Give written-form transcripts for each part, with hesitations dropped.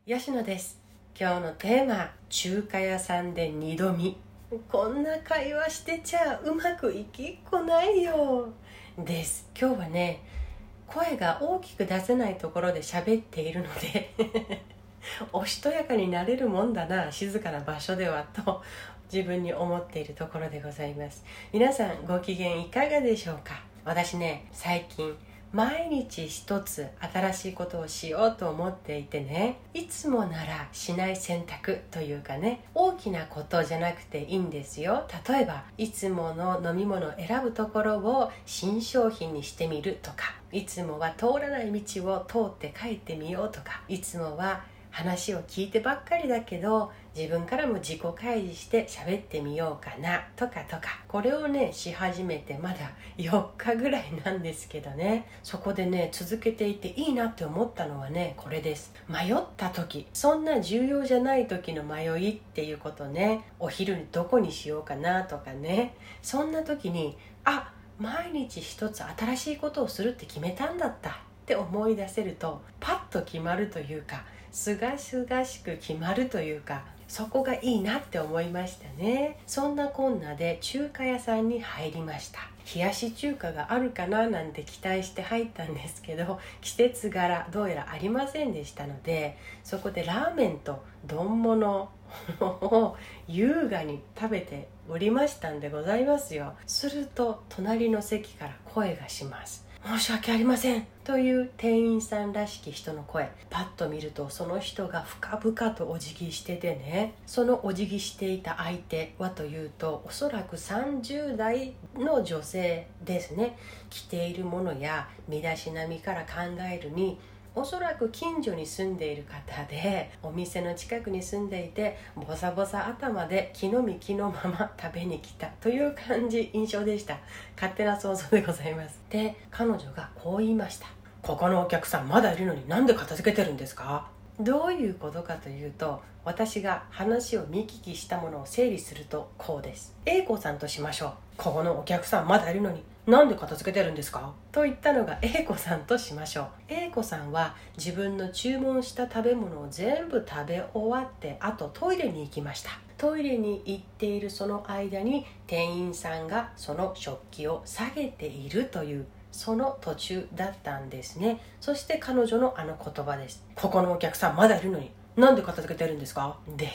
吉野です。今日のテーマ、中華屋さんで二度見。こんな会話してちゃうまくいきっこないよです。今日はね、声が大きく出せないところで喋っているのでおしとやかになれるもんだな、静かな場所ではと自分に思っているところでございます。皆さんご機嫌いかがでしょうか。私ね、最近毎日一つ新しいことをしようと思っていてね、いつもならしない選択というかね、大きなことじゃなくていいんですよ。例えばいつもの飲み物を選ぶところを新商品にしてみるとか、いつもは通らない道を通って帰ってみようとか、いつもは話を聞いてばっかりだけど自分からも自己開示して喋ってみようかなとか、これをねし始めてまだ4日ぐらいなんですけどね、そこでね続けていていいなって思ったのはね、これです。迷った時、そんな重要じゃない時の迷いっていうことね、お昼にどこにしようかなとかね、そんな時に毎日一つ新しいことをするって決めたんだったって思い出せると、パッと決まるというか、すがすがしく決まるというか、そこがいいなって思いましたね。そんなこんなで中華屋さんに入りました。冷やし中華があるかななんて期待して入ったんですけど、季節柄どうやらありませんでしたので、そこでラーメンと丼物を優雅に食べておりましたんでございますよ。すると隣の席から声がします。申し訳ありませんという店員さんらしき人の声。パッと見るとその人が深々とお辞儀しててね、そのお辞儀していた相手はというと、おそらく30代の女性ですね。着ているものや身だしなみから考えるに、おそらく近所に住んでいる方で、お店の近くに住んでいて、ボサボサ頭で気の身気のまま食べに来たという印象でした。勝手な想像でございます。で、彼女がこう言いました。ここのお客さんまだいるのになんで片付けてるんですか？どういうことかというと、私が話を見聞きしたものを整理するとこうです。 A 子さんとしましょう。ここのお客さんまだいるのになんで片付けてるんですかと言ったのが A 子さんとしましょう。 A 子さんは自分の注文した食べ物を全部食べ終わって、あとトイレに行きました。トイレに行っているその間に店員さんがその食器を下げているという、その途中だったんですね。そして彼女のあの言葉です。ここのお客さんまだいるのになんで片付けてるんですかです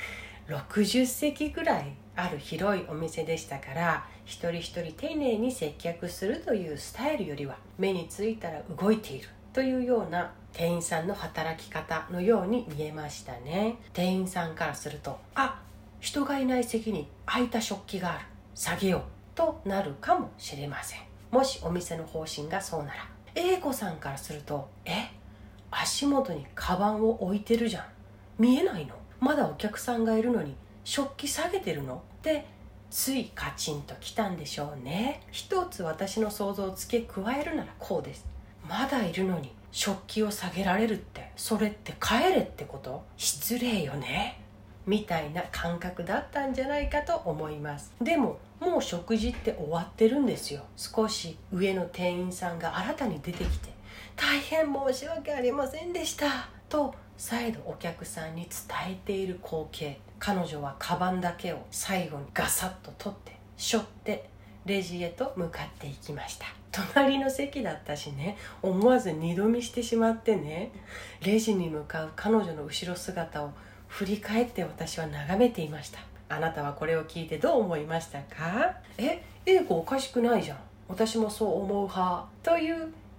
。60席ぐらいある広いお店でしたから、一人一人丁寧に接客するというスタイルよりは、目についたら動いているというような店員さんの働き方のように見えましたね。店員さんからすると、人がいない席に空いた食器がある、下げようとなるかもしれません。もしお店の方針がそうなら。 A 子さんからすると、足元にカバンを置いてるじゃん、見えないの？まだお客さんがいるのに食器下げてるの？ってついカチンときたんでしょうね。一つ私の想像を付け加えるならこうです。まだいるのに食器を下げられるって、それって帰れってこと？失礼よね、みたいな感覚だったんじゃないかと思います。でももう食事って終わってるんですよ。少し上の店員さんが新たに出てきて、大変申し訳ありませんでしたと再度お客さんに伝えている光景。彼女はカバンだけを最後にガサッと取って背負ってレジへと向かっていきました。隣の席だったしね、思わず二度見してしまってね、レジに向かう彼女の後ろ姿を振り返って私は眺めていました。あなたはこれを聞いてどう思いましたか？A 子おかしくないじゃん、私もそう思う派という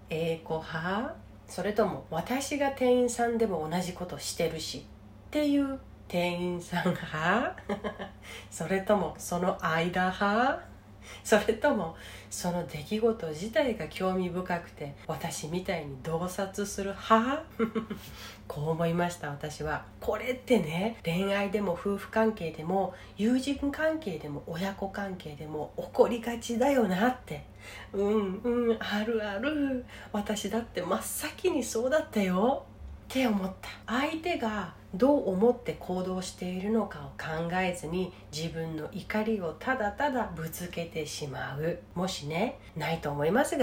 A 子派、それとも私が店員さんでも同じことしてるしっていう店員さん派それともその間派、それともその出来事自体が興味深くて私みたいに洞察する派こう思いました。私はこれってね、恋愛でも夫婦関係でも友人関係でも親子関係でも起こりがちだよなって。あるある、私だって真っ先にそうだったよって思った。相手がどう思って行動しているのかを考えずに自分の怒りをただただぶつけてしまう。もしね、ないと思いますがよ、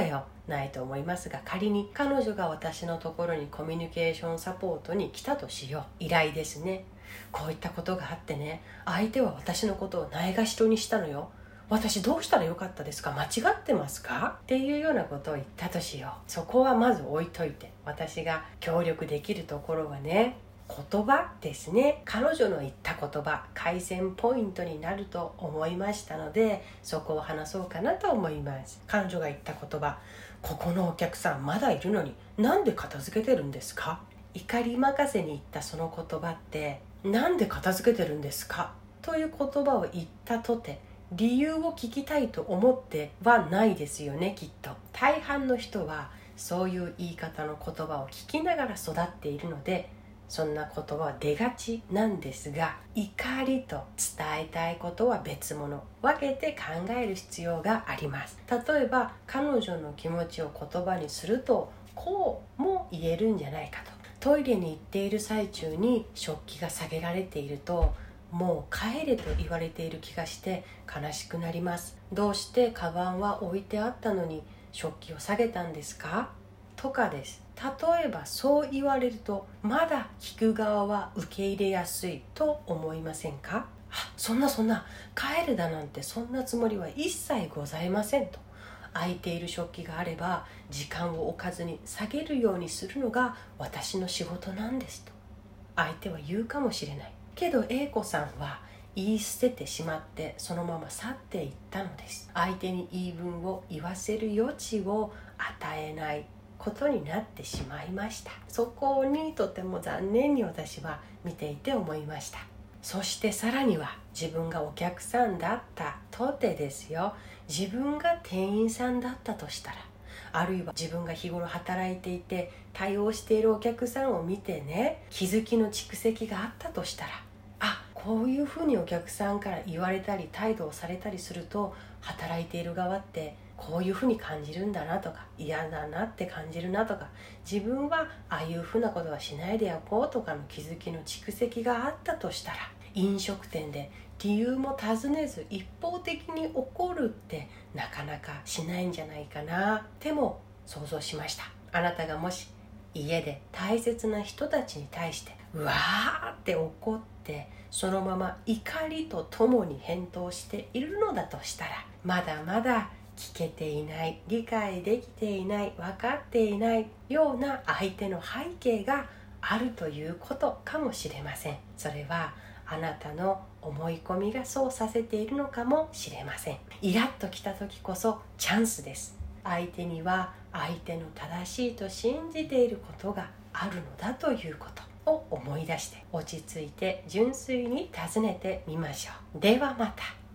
ないと思いますが、仮に彼女が私のところにコミュニケーションサポートに来たとしよう。依頼ですね。こういったことがあってね、相手は私のことをないがしろにしたのよ。私どうしたらよかったですか？間違ってますか？っていうようなことを言ったとしよう。そこはまず置いといて、私が協力できるところはね、言葉ですね。彼女の言った言葉、改善ポイントになると思いましたので、そこを話そうかなと思います。彼女が言った言葉、ここのお客さんまだいるのになんで片付けてるんですか？怒り任せに言ったその言葉って、なんで片付けてるんですか？という言葉を言ったとて、理由を聞きたいと思ってはないですよね。きっと大半の人はそういう言い方の言葉を聞きながら育っているので、そんな言葉は出がちなんですが、怒りと伝えたいことは別物。分けて考える必要があります。例えば彼女の気持ちを言葉にすると、こうも言えるんじゃないかと。トイレに行っている最中に食器が下げられていると、もう帰れと言われている気がして悲しくなります。どうしてカバンは置いてあったのに食器を下げたんですか？とかです。例えばそう言われると、まだ聞く側は受け入れやすいと思いませんか？そんな帰るだなんてそんなつもりは一切ございませんと。空いている食器があれば時間を置かずに下げるようにするのが私の仕事なんですと相手は言うかもしれない。けど A 子さんは言い捨ててしまってそのまま去っていったのです。相手に言い分を言わせる余地を与えないことになってしまいました。そこにとても残念に私は見ていて思いました。そしてさらには、自分がお客さんだったとてですよ、自分が店員さんだったとしたら、あるいは自分が日頃働いていて対応しているお客さんを見てね、気づきの蓄積があったとしたら、こういうふうにお客さんから言われたり態度をされたりすると、働いている側ってこういうふうに感じるんだなとか、嫌だなって感じるなとか、自分はああいうふうなことはしないでおこうとかの気づきの蓄積があったとしたら、飲食店で理由も尋ねず一方的に怒るってなかなかしないんじゃないかなっても想像しました。あなたがもし家で大切な人たちに対してうわーって怒って、そのまま怒りとともに返答しているのだとしたら、まだまだ聞けていない、理解できていない、分かっていないような相手の背景があるということかもしれません。それはあなたの思い込みがそうさせているのかもしれません。イラッときた時こそチャンスです。相手には相手の正しいと信じていることがあるのだということを思い出して、落ち着いて純粋に尋ねてみましょう。ではまた。